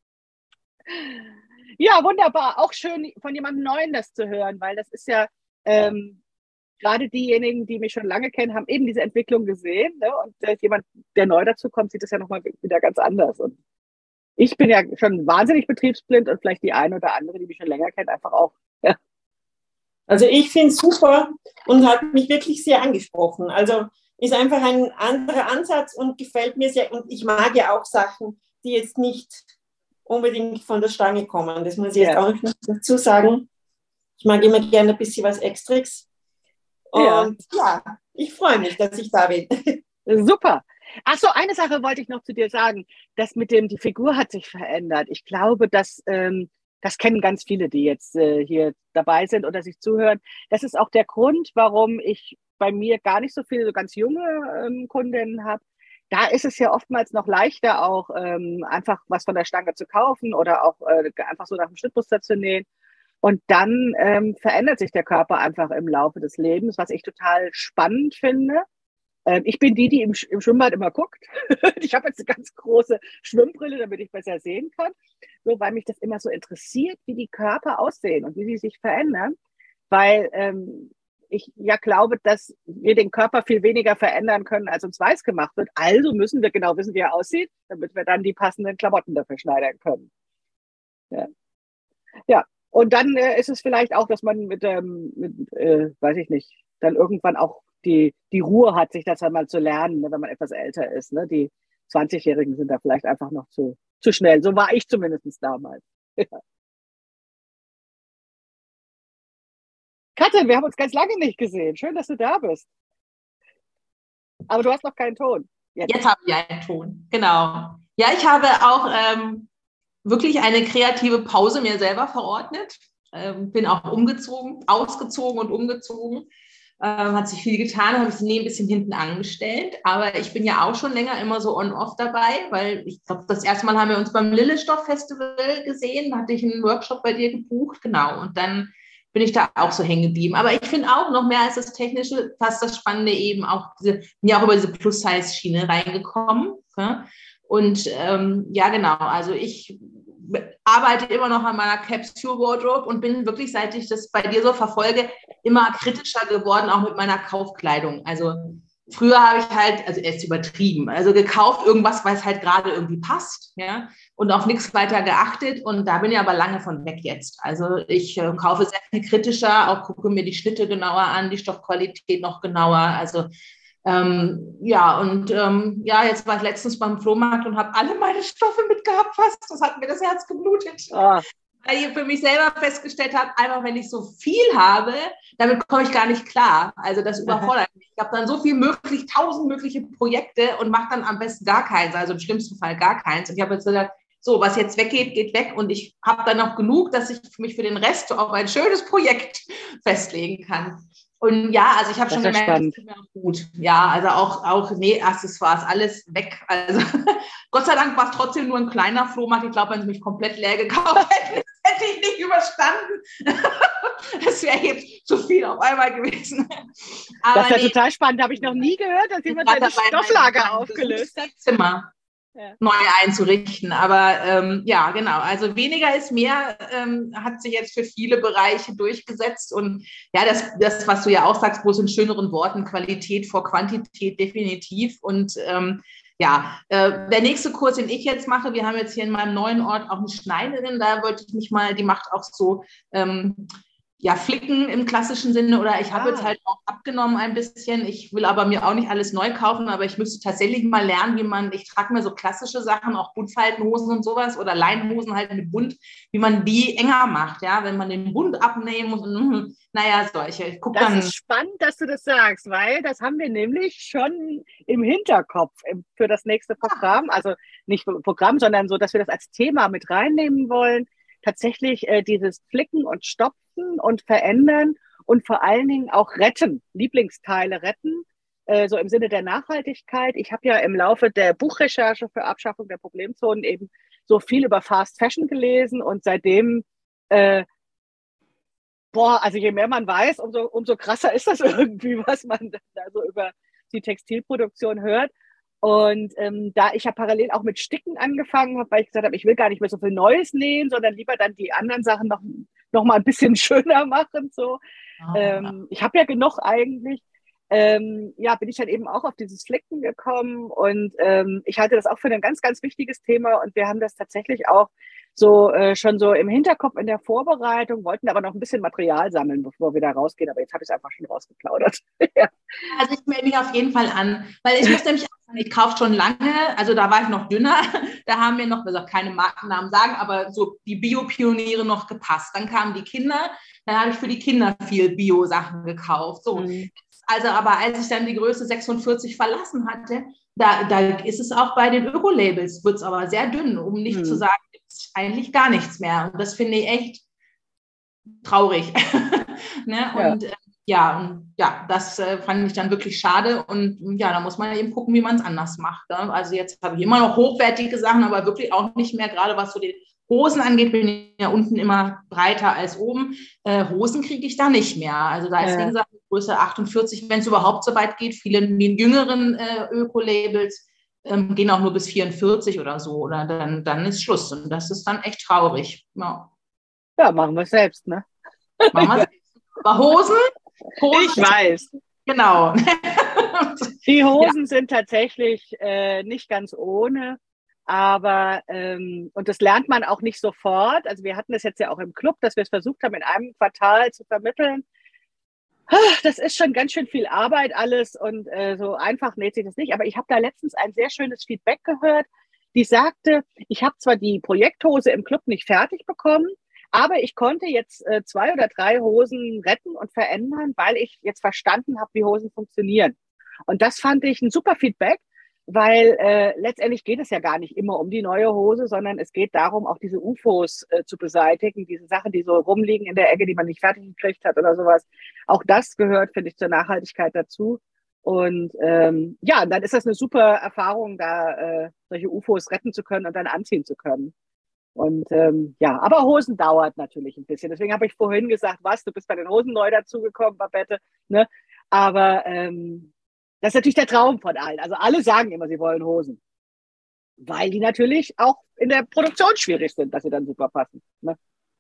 Ja, wunderbar. Auch schön, von jemandem Neuen das zu hören, weil das ist ja gerade diejenigen, die mich schon lange kennen, haben eben diese Entwicklung gesehen. Ne? Und jemand, der neu dazu kommt, sieht das ja nochmal wieder ganz anders. Und ich bin ja schon wahnsinnig betriebsblind und vielleicht die eine oder andere, die mich schon länger kennt, einfach auch. Ja. Also ich finde es super und hat mich wirklich sehr angesprochen. Also ist einfach ein anderer Ansatz und gefällt mir sehr. Und ich mag ja auch Sachen, die jetzt nicht unbedingt von der Stange kommen. Das muss ich jetzt auch noch dazu sagen. Ich mag immer gerne ein bisschen was Extras. Und ich freue mich, dass ich da bin. Super. Ach so, eine Sache wollte ich noch zu dir sagen. Das mit dem, die Figur hat sich verändert. Ich glaube, das kennen ganz viele, die jetzt hier dabei sind oder sich zuhören. Das ist auch der Grund, warum ich bei mir gar nicht so viele so ganz junge Kundinnen habe. Da ist es ja oftmals noch leichter, auch einfach was von der Stange zu kaufen oder auch einfach so nach dem Schnittmuster zu nähen. Und dann verändert sich der Körper einfach im Laufe des Lebens, was ich total spannend finde. Ich bin die im Schwimmbad immer guckt. Ich habe jetzt eine ganz große Schwimmbrille, damit ich besser sehen kann. So, weil mich das immer so interessiert, wie die Körper aussehen und wie sie sich verändern. Weil ich ja glaube, dass wir den Körper viel weniger verändern können, als uns weiß gemacht wird. Also müssen wir genau wissen, wie er aussieht, damit wir dann die passenden Klamotten dafür schneidern können. Ja. Und dann ist es vielleicht auch, dass man weiß ich nicht, dann irgendwann auch die Ruhe hat, sich das einmal zu lernen, ne, wenn man etwas älter ist. Ne? Die 20-Jährigen sind da vielleicht einfach noch zu schnell. So war ich zumindest damals. Ja. Katrin, wir haben uns ganz lange nicht gesehen. Schön, dass du da bist. Aber du hast noch keinen Ton. Jetzt habe ich einen Ton, genau. Ja, ich habe auch wirklich eine kreative Pause mir selber verordnet. Bin auch ausgezogen und umgezogen. Hat sich viel getan, habe ich das Nähen ein bisschen hinten angestellt. Aber ich bin ja auch schon länger immer so on-off dabei, weil ich glaube, das erste Mal haben wir uns beim Lillestoff-Festival gesehen. Da hatte ich einen Workshop bei dir gebucht, genau. Und dann bin ich da auch so hängen geblieben. Aber ich finde auch noch mehr als das Technische, fast das Spannende eben auch, bin ja auch über diese Plus-Size-Schiene reingekommen. Ja? Und genau, also ich arbeite immer noch an meiner Capsule Wardrobe und bin wirklich, seit ich das bei dir so verfolge, immer kritischer geworden, auch mit meiner Kaufkleidung. Also früher habe ich halt, also erst übertrieben, also gekauft irgendwas, weil es halt gerade irgendwie passt, ja, und auf nichts weiter geachtet. Und da bin ich aber lange von weg jetzt. Also ich kaufe sehr viel kritischer, auch gucke mir die Schnitte genauer an, die Stoffqualität noch genauer. Also jetzt war ich letztens beim Flohmarkt und habe alle meine Stoffe mitgehabt fast. Das hat mir das Herz geblutet. Weil ich für mich selber festgestellt habe, einfach wenn ich so viel habe, damit komme ich gar nicht klar. Also das überfordert mich. Ich habe dann so viel 1000 mögliche Projekte und mache dann am besten gar keins, also im schlimmsten Fall gar keins. Und ich habe jetzt gesagt, so, was jetzt weggeht, geht weg. Und ich habe dann noch genug, dass ich mich für den Rest auf ein schönes Projekt festlegen kann. Und ja, also ich habe schon gemerkt, das tut mir auch gut. Ja, also auch Accessoires, alles weg. Also Gott sei Dank war es trotzdem nur ein kleiner Flohmarkt. Ich glaube, wenn sie mich komplett leer gekauft hätten, das hätte ich nicht überstanden. Das wäre jetzt zu viel auf einmal gewesen. Aber das ist ja total spannend. Habe ich noch nie gehört, dass jemand seine Stofflager aufgelöst hat. Zimmer neu einzurichten. Aber genau. Also weniger ist mehr, hat sich jetzt für viele Bereiche durchgesetzt. Und ja, das, was du ja auch sagst, bloß in schöneren Worten, Qualität vor Quantität definitiv. Und der nächste Kurs, den ich jetzt mache, wir haben jetzt hier in meinem neuen Ort auch eine Schneiderin, da wollte ich mich mal, die macht auch so ja, flicken im klassischen Sinne oder ich habe jetzt halt auch abgenommen ein bisschen. Ich will aber mir auch nicht alles neu kaufen, aber ich müsste tatsächlich mal lernen, ich trage mir so klassische Sachen, auch Buntfaltenhosen und sowas oder Leinenhosen halt mit Bund, wie man die enger macht, ja, wenn man den Bund abnehmen muss und naja, solche. Ich guck Das dann. ist spannend, dass du das sagst, weil das haben wir nämlich schon im Hinterkopf für das nächste Programm. Also nicht Programm, sondern so, dass wir das als Thema mit reinnehmen wollen. Tatsächlich dieses Flicken und Stopfen und Verändern und vor allen Dingen auch retten, Lieblingsteile retten, so im Sinne der Nachhaltigkeit. Ich habe ja im Laufe der Buchrecherche für Abschaffung der Problemzonen eben so viel über Fast Fashion gelesen und seitdem, also je mehr man weiß, umso krasser ist das irgendwie, was man da so über die Textilproduktion hört. Und da ich ja parallel auch mit Sticken angefangen habe, weil ich gesagt habe, ich will gar nicht mehr so viel Neues nähen, sondern lieber dann die anderen Sachen noch mal ein bisschen schöner machen. So. Ich habe ja genug eigentlich. Bin ich dann eben auch auf dieses Flicken gekommen und ich halte das auch für ein ganz, ganz wichtiges Thema und wir haben das tatsächlich auch so schon so im Hinterkopf in der Vorbereitung, wollten aber noch ein bisschen Material sammeln, bevor wir da rausgehen, aber jetzt habe ich es einfach schon rausgeplaudert. Ja. Also ich melde mich auf jeden Fall an, weil ich muss nämlich auch sagen, ich kaufe schon lange, also da war ich noch dünner, da haben mir noch, also keine Markennamen sagen, aber so die Bio-Pioniere noch gepasst. Dann kamen die Kinder, dann habe ich für die Kinder viel Bio-Sachen gekauft. So. Also aber als ich dann die Größe 46 verlassen hatte, da ist es auch bei den Öko-Labels, wird es aber sehr dünn, um nicht zu sagen, gibt es eigentlich gar nichts mehr. Und das finde ich echt traurig. Ne? Und das fand ich dann wirklich schade. Und ja, da muss man eben gucken, wie man es anders macht. Ne? Also jetzt habe ich immer noch hochwertige Sachen, aber wirklich auch nicht mehr, gerade was so die Hosen angeht, bin ich ja unten immer breiter als oben. Hosen kriege ich da nicht mehr. Also da ist, wie gesagt, Größe 48, wenn es überhaupt so weit geht. Viele den jüngeren Öko-Labels gehen auch nur bis 44 oder so. Oder dann ist Schluss. Und das ist dann echt traurig. Ja, machen wir es selbst, ne? Machen wir selbst. Aber Hosen? Ich weiß. Genau. Die Hosen sind tatsächlich nicht ganz ohne. Aber, und das lernt man auch nicht sofort. Also wir hatten das jetzt ja auch im Club, dass wir es versucht haben, in einem Quartal zu vermitteln. Das ist schon ganz schön viel Arbeit alles und so einfach näht sich das nicht. Aber ich habe da letztens ein sehr schönes Feedback gehört, die sagte, ich habe zwar die Projekthose im Club nicht fertig bekommen, aber ich konnte jetzt 2 oder 3 Hosen retten und verändern, weil ich jetzt verstanden habe, wie Hosen funktionieren. Und das fand ich ein super Feedback. Weil letztendlich geht es ja gar nicht immer um die neue Hose, sondern es geht darum, auch diese UFOs zu beseitigen, diese Sachen, die so rumliegen in der Ecke, die man nicht fertig gekriegt hat oder sowas. Auch das gehört, finde ich, zur Nachhaltigkeit dazu. Und dann ist das eine super Erfahrung, da solche UFOs retten zu können und dann anziehen zu können. Und aber Hosen dauert natürlich ein bisschen. Deswegen habe ich vorhin gesagt, du bist bei den Hosen neu dazugekommen, Babette. Ne? Aber das ist natürlich der Traum von allen. Also alle sagen immer, sie wollen Hosen. Weil die natürlich auch in der Produktion schwierig sind, dass sie dann super passen. Ne?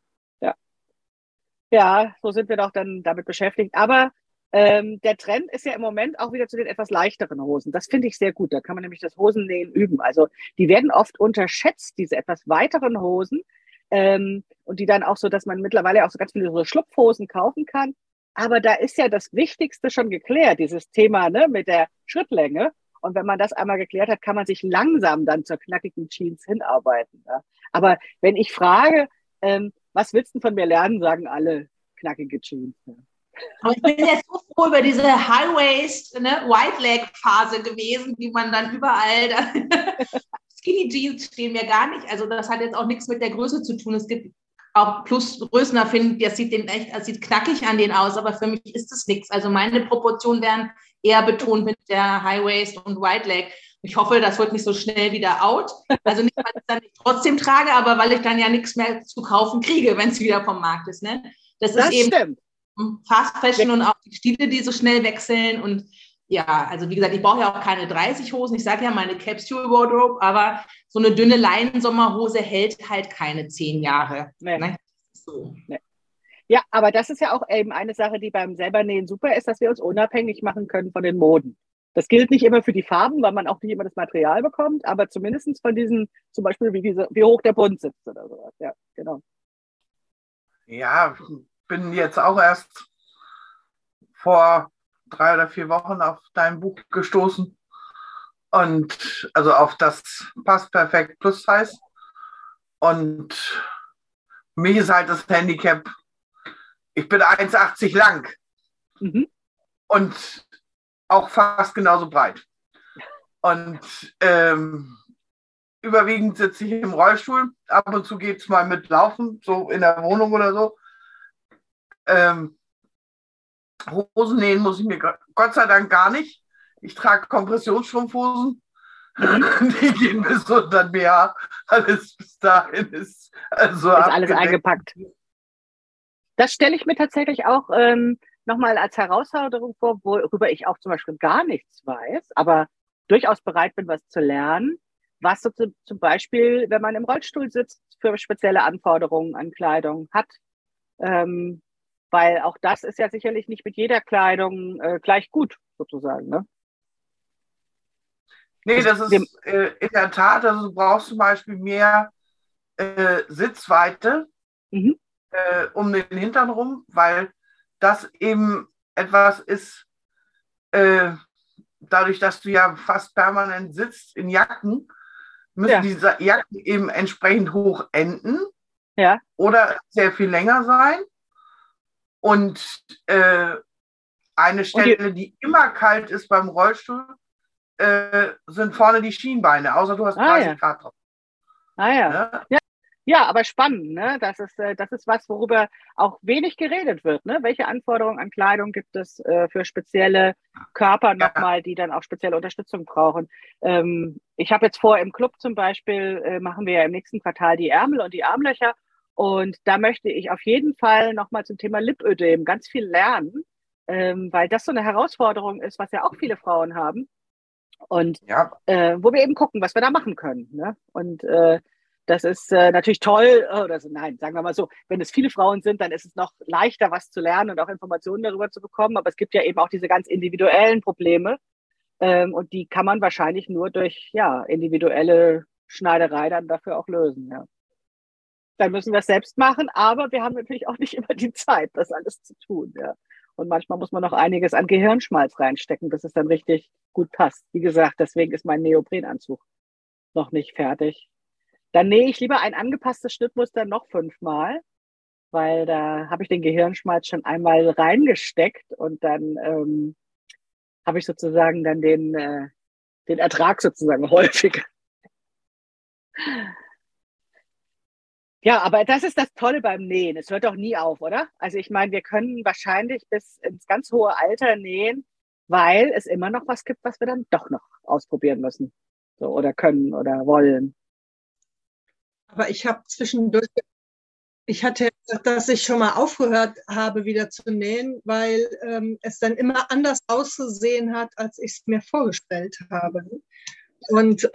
Ja, so sind wir doch dann damit beschäftigt. Aber der Trend ist ja im Moment auch wieder zu den etwas leichteren Hosen. Das finde ich sehr gut. Da kann man nämlich das Hosennähen üben. Also die werden oft unterschätzt, diese etwas weiteren Hosen. Und die dann auch so, dass man mittlerweile auch so ganz viele so Schlupfhosen kaufen kann. Aber da ist ja das Wichtigste schon geklärt, dieses Thema, ne, mit der Schrittlänge. Und wenn man das einmal geklärt hat, kann man sich langsam dann zur knackigen Jeans hinarbeiten. Ja. Aber wenn ich frage, was willst du von mir lernen, sagen alle knackige Jeans. Ja. Aber ich bin jetzt so froh über diese High-Waist, White-Leg-Phase gewesen, die man dann überall, Skinny Jeans stehen mir gar nicht. Also das hat jetzt auch nichts mit der Größe zu tun. Es gibt auch Plus-Größen, da finde ich, das sieht knackig an denen aus, aber für mich ist das nichts. Also meine Proportionen werden eher betont mit der High-Waist und White-Leg. Ich hoffe, das wird nicht so schnell wieder out. Also nicht, weil ich es dann nicht trotzdem trage, aber weil ich dann ja nichts mehr zu kaufen kriege, wenn es wieder vom Markt ist. Ne? Das ist eben stimmt. Fast Fashion und auch die Stile, die so schnell wechseln. Und ja, also wie gesagt, ich brauche ja auch keine 30 Hosen. Ich sage ja meine Capsule Wardrobe, aber so eine dünne Leinensommerhose hält halt keine 10 Jahre. Nee. Ne? So. Nee. Ja, aber das ist ja auch eben eine Sache, die beim Selbernähen super ist, dass wir uns unabhängig machen können von den Moden. Das gilt nicht immer für die Farben, weil man auch nicht immer das Material bekommt, aber zumindest von diesen, zum Beispiel wie hoch der Bund sitzt oder sowas. Ja, genau. Ja, bin jetzt auch erst vor 3 oder 4 Wochen auf dein Buch gestoßen und also auf das Passt perfekt Plus Size. Und für mich ist halt das Handicap, ich bin 1,80 lang und auch fast genauso breit. Und überwiegend sitze ich im Rollstuhl. Ab und zu geht es mal mit Laufen, so in der Wohnung oder so. Hosen nähen muss ich mir Gott sei Dank gar nicht. Ich trage Kompressionsstrumpfhosen. Die gehen bis unter den BH. Alles bis dahin ist also ist alles eingepackt. Das stelle ich mir tatsächlich auch nochmal als Herausforderung vor, worüber ich auch zum Beispiel gar nichts weiß, aber durchaus bereit bin, was zu lernen. Was so zum Beispiel, wenn man im Rollstuhl sitzt, für spezielle Anforderungen an Kleidung hat. Weil auch das ist ja sicherlich nicht mit jeder Kleidung gleich gut, sozusagen. Ne? Nee, das ist in der Tat, also du brauchst zum Beispiel mehr Sitzweite um den Hintern rum, weil das eben etwas ist, dadurch, dass du ja fast permanent sitzt in Jacken, müssen diese Jacken eben entsprechend hoch enden oder sehr viel länger sein. Und eine Stelle, die immer kalt ist beim Rollstuhl, sind vorne die Schienbeine, außer du hast 30 Grad drauf. Ne? Ja, aber spannend, ne? Das ist was, worüber auch wenig geredet wird. Ne? Welche Anforderungen an Kleidung gibt es für spezielle Körper nochmal, die dann auch spezielle Unterstützung brauchen? Ich habe jetzt vor, im Club zum Beispiel machen wir ja im nächsten Quartal die Ärmel und die Armlöcher. Und da möchte ich auf jeden Fall nochmal zum Thema Lipödem ganz viel lernen, weil das so eine Herausforderung ist, was ja auch viele Frauen haben. Und wo wir eben gucken, was wir da machen können. Ne? Und das ist natürlich toll, nein, sagen wir mal so, wenn es viele Frauen sind, dann ist es noch leichter, was zu lernen und auch Informationen darüber zu bekommen. Aber es gibt ja eben auch diese ganz individuellen Probleme. Und die kann man wahrscheinlich nur durch individuelle Schneiderei dann dafür auch lösen. Ja. Dann müssen wir es selbst machen, aber wir haben natürlich auch nicht immer die Zeit, das alles zu tun. Ja. Und manchmal muss man noch einiges an Gehirnschmalz reinstecken, bis es dann richtig gut passt. Wie gesagt, deswegen ist mein Neoprenanzug noch nicht fertig. Dann nähe ich lieber ein angepasstes Schnittmuster noch 5-mal, weil da habe ich den Gehirnschmalz schon einmal reingesteckt und dann habe ich sozusagen dann den Ertrag sozusagen häufiger. Ja, aber das ist das Tolle beim Nähen. Es hört doch nie auf, oder? Also ich meine, wir können wahrscheinlich bis ins ganz hohe Alter nähen, weil es immer noch was gibt, was wir dann doch noch ausprobieren müssen. So, oder können oder wollen. Aber ich habe zwischendurch, ich hatte gesagt, dass ich schon mal aufgehört habe, wieder zu nähen, weil es dann immer anders auszusehen hat, als ich es mir vorgestellt habe. Und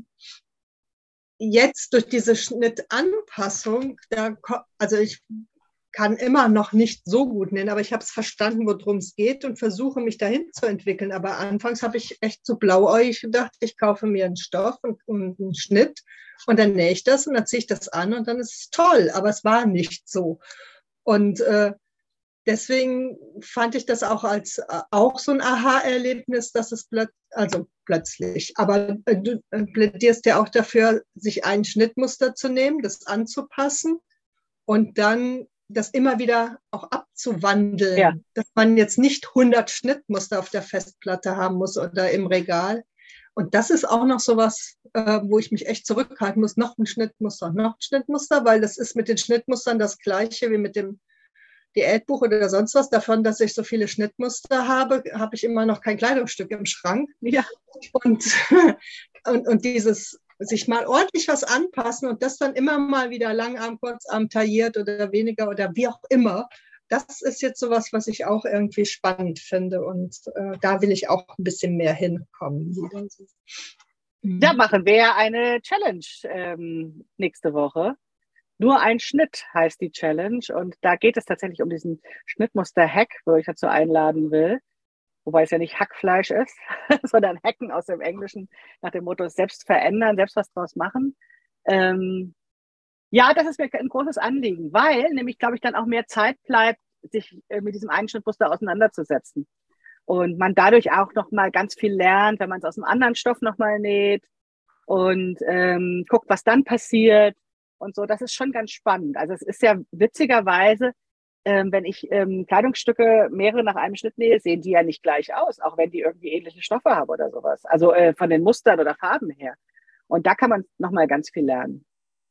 jetzt durch diese Schnittanpassung, also ich kann immer noch nicht so gut nähen, aber ich habe es verstanden, worum es geht und versuche mich dahin zu entwickeln. Aber anfangs habe ich echt so blauäugig gedacht, ich kaufe mir einen Stoff und einen Schnitt und dann nähe ich das und dann ziehe ich das an und dann ist es toll. Aber es war nicht so. Und deswegen fand ich das auch als auch so ein Aha-Erlebnis, dass es plötzlich. Aber du plädierst ja auch dafür, sich ein Schnittmuster zu nehmen, das anzupassen und dann das immer wieder auch abzuwandeln, Ja. dass man jetzt nicht 100 Schnittmuster auf der Festplatte haben muss oder im Regal. Und das ist auch noch sowas, wo ich mich echt zurückhalten muss, noch ein Schnittmuster, weil das ist mit den Schnittmustern das Gleiche wie mit dem Diätbuch oder sonst was. Davon, dass ich so viele Schnittmuster habe, habe ich immer noch kein Kleidungsstück im Schrank. Ja. Und dieses sich mal ordentlich was anpassen und das dann immer mal wieder Langarm, Kurzarm, tailliert oder weniger oder wie auch immer, das ist jetzt sowas, was ich auch irgendwie spannend finde und da will ich auch ein bisschen mehr hinkommen. Da machen wir ja eine Challenge nächste Woche. Nur ein Schnitt heißt die Challenge und da geht es tatsächlich um diesen Schnittmuster-Hack, wo ich dazu einladen will. Wobei es ja nicht Hackfleisch ist, sondern Hacken aus dem Englischen nach dem Motto selbst verändern, selbst was draus machen. Ja, das ist mir ein großes Anliegen, weil nämlich, glaube ich, dann auch mehr Zeit bleibt, sich mit diesem Einschnittmuster auseinanderzusetzen. Und man dadurch auch noch mal ganz viel lernt, wenn man es aus einem anderen Stoff noch mal näht und guckt, was dann passiert und so. Das ist schon ganz spannend. Also es ist ja witzigerweise, wenn ich Kleidungsstücke mehrere nach einem Schnitt nähe, sehen die ja nicht gleich aus, auch wenn die irgendwie ähnliche Stoffe haben oder sowas. Also von den Mustern oder Farben her. Und da kann man noch mal ganz viel lernen.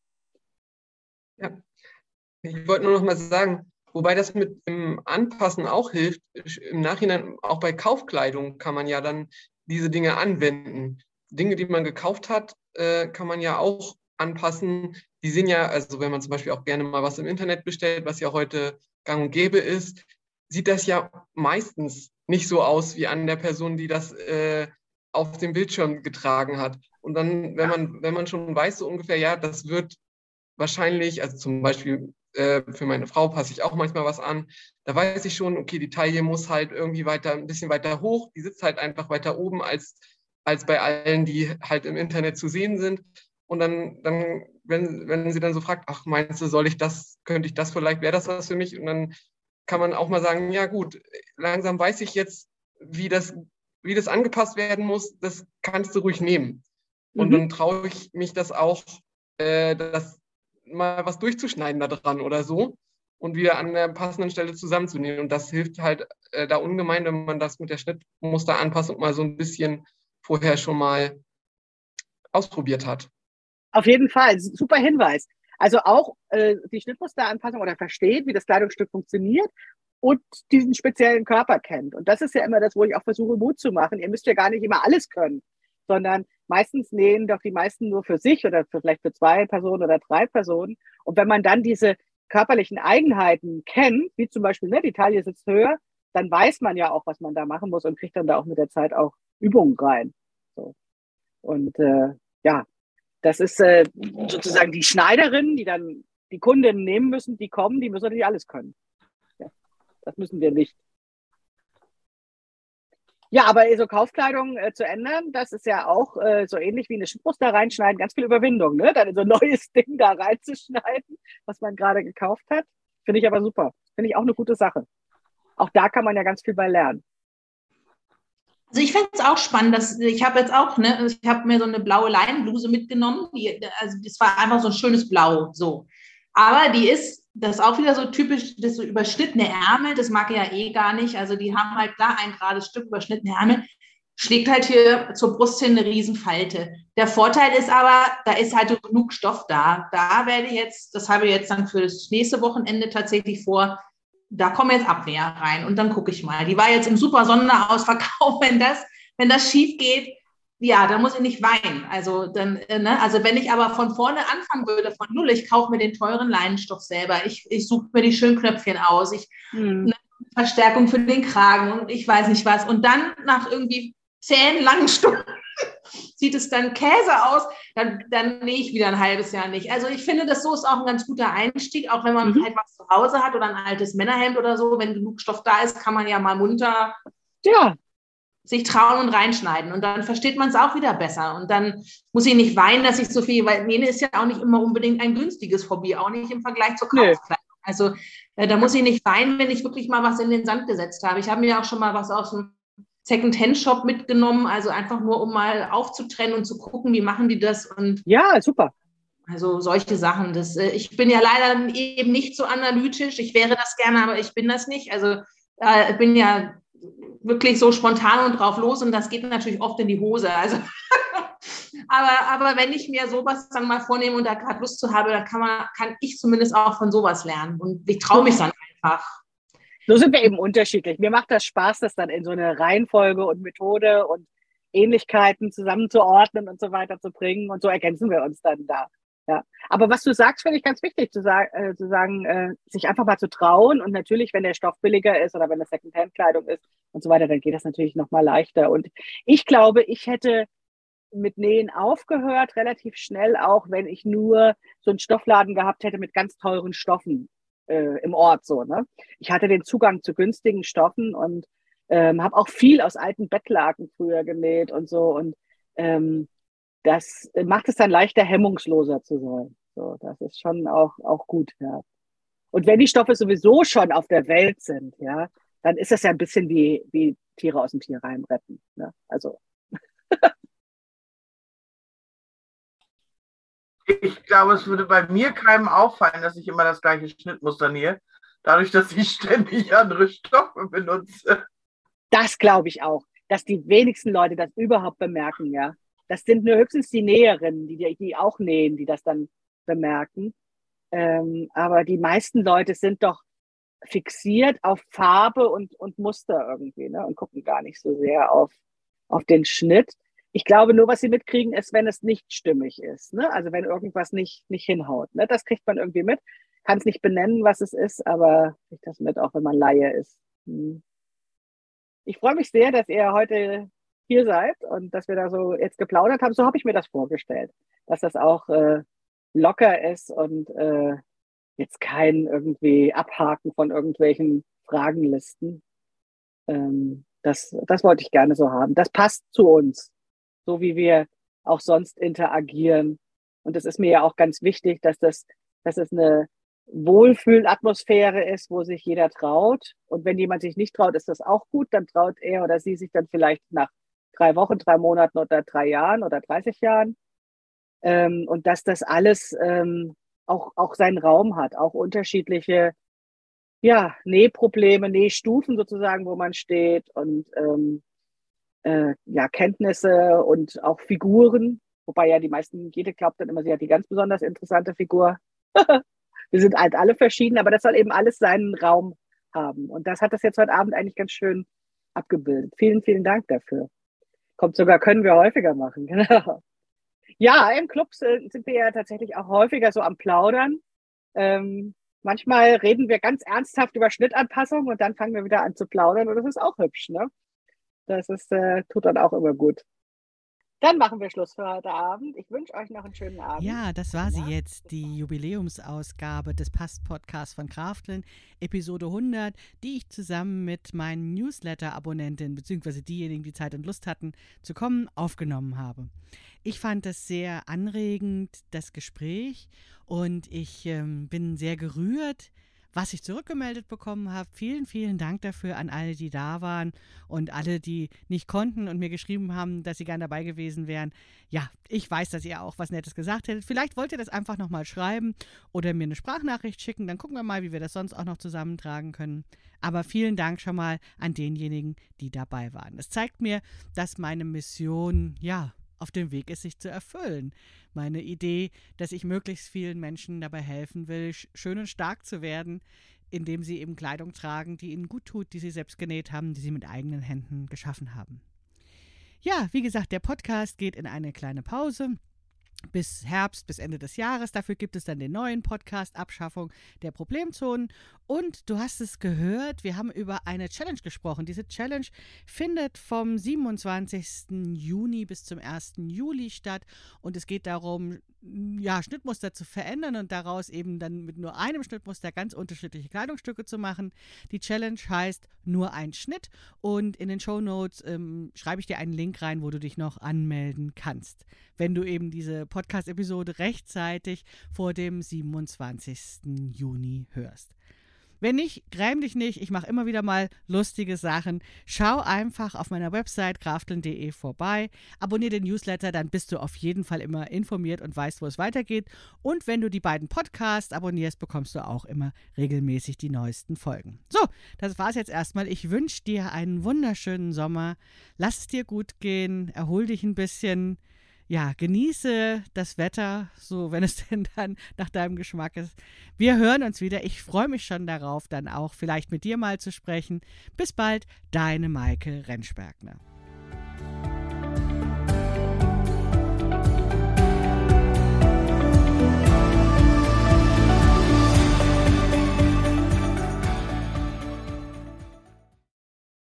Ja, ich wollte nur noch mal sagen, wobei das mit dem Anpassen auch hilft. Im Nachhinein, auch bei Kaufkleidung kann man ja dann diese Dinge anwenden. Dinge, die man gekauft hat, kann man ja auch anpassen. Die sehen ja, also wenn man zum Beispiel auch gerne mal was im Internet bestellt, was ja heute gang und gäbe ist, sieht das ja meistens nicht so aus wie an der Person, die das auf dem Bildschirm getragen hat. Und dann, wenn man schon weiß, so ungefähr, ja, das wird wahrscheinlich, also zum Beispiel für meine Frau passe ich auch manchmal was an, da weiß ich schon, okay, die Taille muss halt irgendwie ein bisschen weiter hoch, die sitzt halt einfach weiter oben als bei allen, die halt im Internet zu sehen sind. Und dann wenn sie dann so fragt, ach, meinst du, könnte ich das vielleicht, wäre das was für mich? Und dann kann man auch mal sagen, ja gut, langsam weiß ich jetzt, wie das angepasst werden muss, das kannst du ruhig nehmen. Und dann traue ich mich das auch, das mal was durchzuschneiden da dran oder so und wieder an der passenden Stelle zusammenzunehmen. Und das hilft halt da ungemein, wenn man das mit der Schnittmusteranpassung mal so ein bisschen vorher schon mal ausprobiert hat. Auf jeden Fall, super Hinweis. Also auch die Schnittmusteranpassung oder versteht, wie das Kleidungsstück funktioniert und diesen speziellen Körper kennt. Und das ist ja immer das, wo ich auch versuche, Mut zu machen. Ihr müsst ja gar nicht immer alles können, sondern meistens nähen doch die meisten nur für sich oder vielleicht für 2 Personen oder 3 Personen. Und wenn man dann diese körperlichen Eigenheiten kennt, wie zum Beispiel, ne, die Taille sitzt höher, dann weiß man ja auch, was man da machen muss und kriegt dann da auch mit der Zeit auch Übungen rein. So. Und ja, das ist sozusagen die Schneiderinnen, die dann die Kundinnen nehmen müssen, die kommen, die müssen natürlich alles können. Ja, das müssen wir nicht. Ja, aber so Kaufkleidung zu ändern, das ist ja auch so ähnlich wie eine Schnittmuster reinschneiden, ganz viel Überwindung, ne? Dann in so ein neues Ding da reinzuschneiden, was man gerade gekauft hat. Finde ich aber super. Finde ich auch eine gute Sache. Auch da kann man ja ganz viel bei lernen. Also ich finde es auch spannend, ich habe jetzt auch, ne, ich habe mir so eine blaue Leinenbluse mitgenommen, also das war einfach so ein schönes Blau, so. Aber das ist auch wieder so typisch, das so überschnittene Ärmel, das mag ich ja eh gar nicht, also die haben halt da ein gerades Stück überschnittene Ärmel, schlägt halt hier zur Brust hin eine Riesenfalte. Der Vorteil ist aber, da ist halt genug Stoff da. Das habe ich jetzt dann für das nächste Wochenende tatsächlich vor, da kommen jetzt Abnäher rein und dann gucke ich mal. Die war jetzt im super Sonderausverkauf, wenn das schief geht, ja, dann muss ich nicht weinen. Also dann, ne? Also wenn ich aber von vorne anfangen würde, von null, ich kaufe mir den teuren Leinenstoff selber, ich suche mir die schönen Knöpfchen aus, eine Verstärkung für den Kragen und ich weiß nicht was. Und dann nach irgendwie 10 langen Stunden sieht es dann Käse aus, dann nähe ich wieder ein halbes Jahr nicht. Also ich finde, so ist auch ein ganz guter Einstieg, auch wenn man halt was zu Hause hat oder ein altes Männerhemd oder so, wenn genug Stoff da ist, kann man ja mal munter sich trauen und reinschneiden und dann versteht man es auch wieder besser und dann muss ich nicht weinen, dass ich so viel, weil Nähen ist ja auch nicht immer unbedingt ein günstiges Hobby, auch nicht im Vergleich zur Kaufkleidung. Also da muss ich nicht weinen, wenn ich wirklich mal was in den Sand gesetzt habe. Ich habe mir auch schon mal was aus dem Second-Hand-Shop mitgenommen, also einfach nur, um mal aufzutrennen und zu gucken, wie machen die das. Und ja, super. Also solche Sachen. Ich bin ja leider eben nicht so analytisch. Ich wäre das gerne, aber ich bin das nicht. Also ich bin ja wirklich so spontan und drauf los und das geht natürlich oft in die Hose. Also aber wenn ich mir sowas dann mal vornehme und da gerade Lust zu habe, dann kann ich zumindest auch von sowas lernen und ich traue mich dann einfach. So sind wir eben unterschiedlich. Mir macht das Spaß, das dann in so eine Reihenfolge und Methode und Ähnlichkeiten zusammenzuordnen und so weiter zu bringen. Und so ergänzen wir uns dann da. Ja. Aber was du sagst, finde ich ganz wichtig, zu sagen, sich einfach mal zu trauen. Und natürlich, wenn der Stoff billiger ist oder wenn das Secondhand-Kleidung ist und so weiter, dann geht das natürlich noch mal leichter. Und ich glaube, ich hätte mit Nähen aufgehört, relativ schnell, auch wenn ich nur so einen Stoffladen gehabt hätte mit ganz teuren Stoffen im Ort. So, ne? Ich hatte den Zugang zu günstigen Stoffen und habe auch viel aus alten Bettlaken früher genäht und so. Und das macht es dann leichter, hemmungsloser zu sein. So, das ist schon auch gut, ja. Und wenn die Stoffe sowieso schon auf der Welt sind, ja, dann ist das ja ein bisschen wie Tiere aus dem Tierheim retten. Ne? Also. Ich glaube, es würde bei mir keinem auffallen, dass ich immer das gleiche Schnittmuster nähe, dadurch, dass ich ständig andere Stoffe benutze. Das glaube ich auch, dass die wenigsten Leute das überhaupt bemerken, ja. Das sind nur höchstens die Näherinnen, die auch nähen, die das dann bemerken. Aber die meisten Leute sind doch fixiert auf Farbe und Muster irgendwie, ne? Und gucken gar nicht so sehr auf den Schnitt. Ich glaube, nur was sie mitkriegen, ist, wenn es nicht stimmig ist, ne? Also wenn irgendwas nicht hinhaut, ne? Das kriegt man irgendwie mit. Kann es nicht benennen, was es ist, aber kriegt das mit, auch wenn man Laie ist. Ich freue mich sehr, dass ihr heute hier seid und dass wir da so jetzt geplaudert haben. So habe ich mir das vorgestellt, dass das auch locker ist und jetzt kein irgendwie Abhaken von irgendwelchen Fragenlisten. Das wollte ich gerne so haben. Das passt zu uns, so wie wir auch sonst interagieren. Und es ist mir ja auch ganz wichtig, dass es eine Wohlfühlatmosphäre ist, wo sich jeder traut. Und wenn jemand sich nicht traut, ist das auch gut. Dann traut er oder sie sich dann vielleicht nach 3 Wochen, 3 Monaten oder 3 Jahren oder 30 Jahren. Und dass das alles auch seinen Raum hat, auch unterschiedliche Nähprobleme, Nähstufen sozusagen, wo man steht und Kenntnisse und auch Figuren, wobei ja jede glaubt dann immer, sie hat die ganz besonders interessante Figur. Wir sind halt alle verschieden, aber das soll eben alles seinen Raum haben. Und das hat das jetzt heute Abend eigentlich ganz schön abgebildet. Vielen, vielen Dank dafür. Können wir häufiger machen, genau. Ja, im Club sind wir ja tatsächlich auch häufiger so am Plaudern. Manchmal reden wir ganz ernsthaft über Schnittanpassungen und dann fangen wir wieder an zu plaudern und das ist auch hübsch, ne? Das tut dann auch immer gut. Dann machen wir Schluss für heute Abend. Ich wünsche euch noch einen schönen Abend. Ja, das war sie jetzt, die Jubiläumsausgabe des Past-Podcasts von Krafteln, Episode 100, die ich zusammen mit meinen Newsletter-Abonnentinnen, beziehungsweise diejenigen, die Zeit und Lust hatten, zu kommen, aufgenommen habe. Ich fand es sehr anregend, das Gespräch, und ich bin sehr gerührt, was ich zurückgemeldet bekommen habe. Vielen, vielen Dank dafür an alle, die da waren und alle, die nicht konnten und mir geschrieben haben, dass sie gern dabei gewesen wären. Ja, ich weiß, dass ihr auch was Nettes gesagt hättet. Vielleicht wollt ihr das einfach nochmal schreiben oder mir eine Sprachnachricht schicken. Dann gucken wir mal, wie wir das sonst auch noch zusammentragen können. Aber vielen Dank schon mal an denjenigen, die dabei waren. Es zeigt mir, dass meine Mission, auf dem Weg ist, sich zu erfüllen. Meine Idee, dass ich möglichst vielen Menschen dabei helfen will, schön und stark zu werden, indem sie eben Kleidung tragen, die ihnen gut tut, die sie selbst genäht haben, die sie mit eigenen Händen geschaffen haben. Ja, wie gesagt, der Podcast geht in eine kleine Pause. Bis Herbst, bis Ende des Jahres. Dafür gibt es dann den neuen Podcast Abschaffung der Problemzonen. Und du hast es gehört, wir haben über eine Challenge gesprochen. Diese Challenge findet vom 27. Juni bis zum 1. Juli statt. Und es geht darum, Schnittmuster zu verändern und daraus eben dann mit nur einem Schnittmuster ganz unterschiedliche Kleidungsstücke zu machen. Die Challenge heißt nur ein Schnitt. Und in den Shownotes schreibe ich dir einen Link rein, wo du dich noch anmelden kannst, wenn du eben diese Podcast-Episode rechtzeitig vor dem 27. Juni hörst. Wenn nicht, gräm dich nicht, ich mache immer wieder mal lustige Sachen. Schau einfach auf meiner Website krafteln.de vorbei, abonniere den Newsletter, dann bist du auf jeden Fall immer informiert und weißt, wo es weitergeht. Und wenn du die beiden Podcasts abonnierst, bekommst du auch immer regelmäßig die neuesten Folgen. So, das war's jetzt erstmal. Ich wünsche dir einen wunderschönen Sommer. Lass es dir gut gehen, erhol dich ein bisschen. Ja, genieße das Wetter, so wenn es denn dann nach deinem Geschmack ist. Wir hören uns wieder. Ich freue mich schon darauf, dann auch vielleicht mit dir mal zu sprechen. Bis bald, deine Maike Rentschbergner.